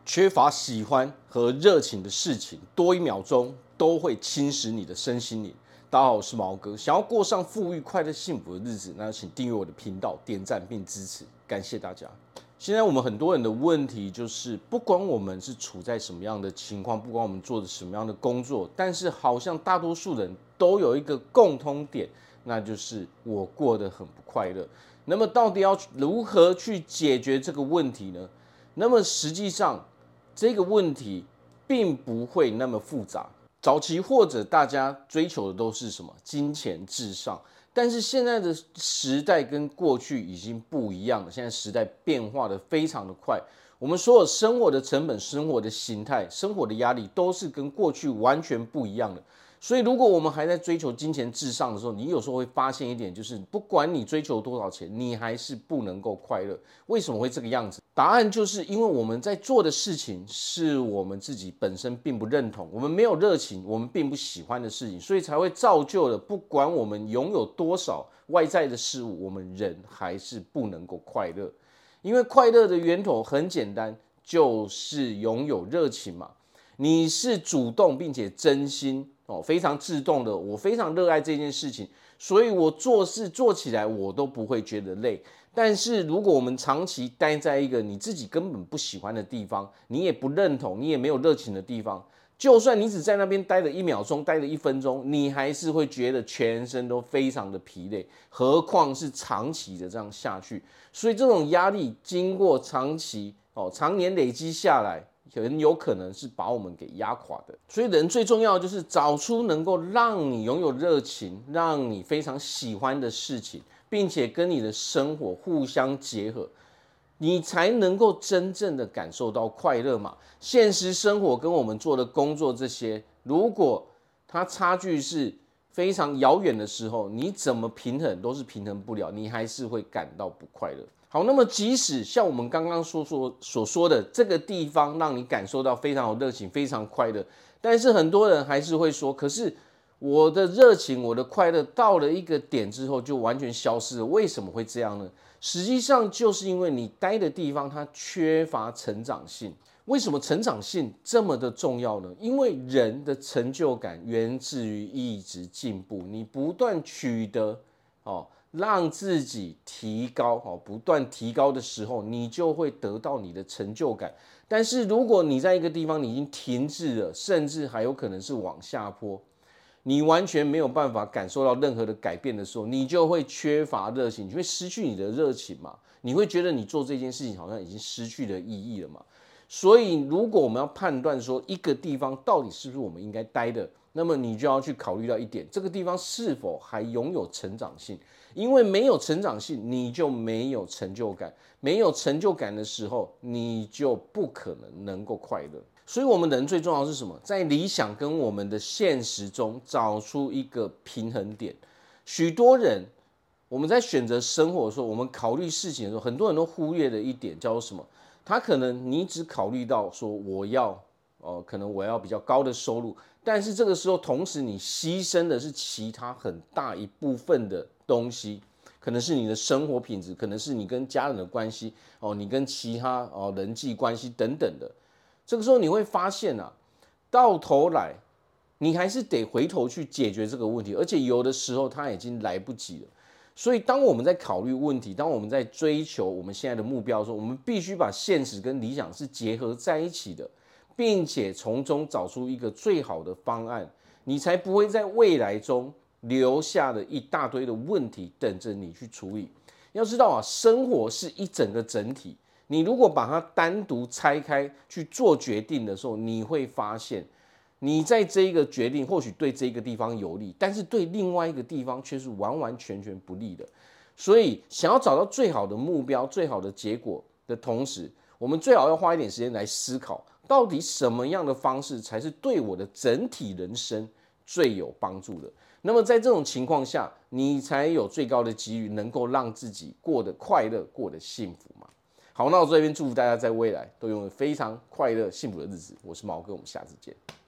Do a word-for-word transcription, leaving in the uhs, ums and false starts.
缺乏喜欢和热情的事情，多一秒钟都会侵蚀你的身心灵。大家好，我是毛哥。想要过上富裕、快乐、幸福的日子，那请订阅我的频道、点赞并支持，感谢大家。现在我们很多人的问题就是，不管我们是处在什么样的情况，不管我们做的什么样的工作，但是好像大多数人都有一个共通点，那就是我过得很不快乐。那么到底要如何去解决这个问题呢？那么实际上，这个问题并不会那么复杂。早期或者大家追求的都是什么？金钱至上。但是现在的时代跟过去已经不一样了，现在时代变化的非常的快，我们所有生活的成本、生活的形态、生活的压力都是跟过去完全不一样的。所以，如果我们还在追求金钱至上的时候，你有时候会发现一点，就是不管你追求多少钱，你还是不能够快乐。为什么会这个样子？答案就是因为我们在做的事情是我们自己本身并不认同，我们没有热情，我们并不喜欢的事情，所以才会造就了，不管我们拥有多少外在的事物，我们人还是不能够快乐。因为快乐的源头很简单，就是拥有热情嘛。你是主动并且真心哦，非常自动的，我非常热爱这件事情，所以我做事做起来我都不会觉得累。但是如果我们长期待在一个你自己根本不喜欢的地方，你也不认同，你也没有热情的地方，就算你只在那边待了一秒钟，待了一分钟，你还是会觉得全身都非常的疲累，何况是长期的这样下去。所以这种压力经过长期哦，常年累积下来，很有可能是把我们给压垮的。所以人最重要的就是找出能够让你拥有热情，让你非常喜欢的事情，并且跟你的生活互相结合，你才能够真正的感受到快乐嘛。现实生活跟我们做的工作这些，如果它差距是非常遥远的时候，你怎么平衡都是平衡不了，你还是会感到不快乐。好，那么即使像我们刚刚所说所说的这个地方让你感受到非常有热情、非常快乐，但是很多人还是会说，可是我的热情、我的快乐到了一个点之后就完全消失了，为什么会这样呢？实际上就是因为你待的地方它缺乏成长性。为什么成长性这么的重要呢？因为人的成就感源自于一直进步，你不断取得哦，让自己提高哦，不断提高的时候，你就会得到你的成就感。但是如果你在一个地方你已经停滞了，甚至还有可能是往下坡，你完全没有办法感受到任何的改变的时候，你就会缺乏热情，你会失去你的热情嘛？你会觉得你做这件事情好像已经失去了意义了嘛？所以，如果我们要判断说一个地方到底是不是我们应该待的，那么你就要去考虑到一点，这个地方是否还拥有成长性。因为没有成长性，你就没有成就感。没有成就感的时候，你就不可能能够快乐。所以，我们人最重要的是什么？在理想跟我们的现实中找出一个平衡点。许多人，我们在选择生活的时候，我们考虑事情的时候，很多人都忽略了一点，叫做什么？他可能你只考虑到说我要，呃，可能我要比较高的收入，但是这个时候，同时你牺牲的是其他很大一部分的东西，可能是你的生活品质，可能是你跟家人的关系，哦，你跟其他哦人际关系等等的。这个时候你会发现啊，到头来你还是得回头去解决这个问题，而且有的时候它已经来不及了。所以，当我们在考虑问题，当我们在追求我们现在的目标的时候，我们必须把现实跟理想是结合在一起的，并且从中找出一个最好的方案，你才不会在未来中留下了一大堆的问题等着你去处理。要知道啊，生活是一整个整体，你如果把它单独拆开去做决定的时候，你会发现，你在这一个决定或许对这个地方有利，但是对另外一个地方却是完完全全不利的。所以，想要找到最好的目标、最好的结果的同时，我们最好要花一点时间来思考，到底什么样的方式才是对我的整体人生最有帮助的。那么，在这种情况下，你才有最高的机遇能够让自己过得快乐、过得幸福嘛。好，那我这边祝福大家在未来都拥有非常快乐、幸福的日子。我是毛哥，我们下次见。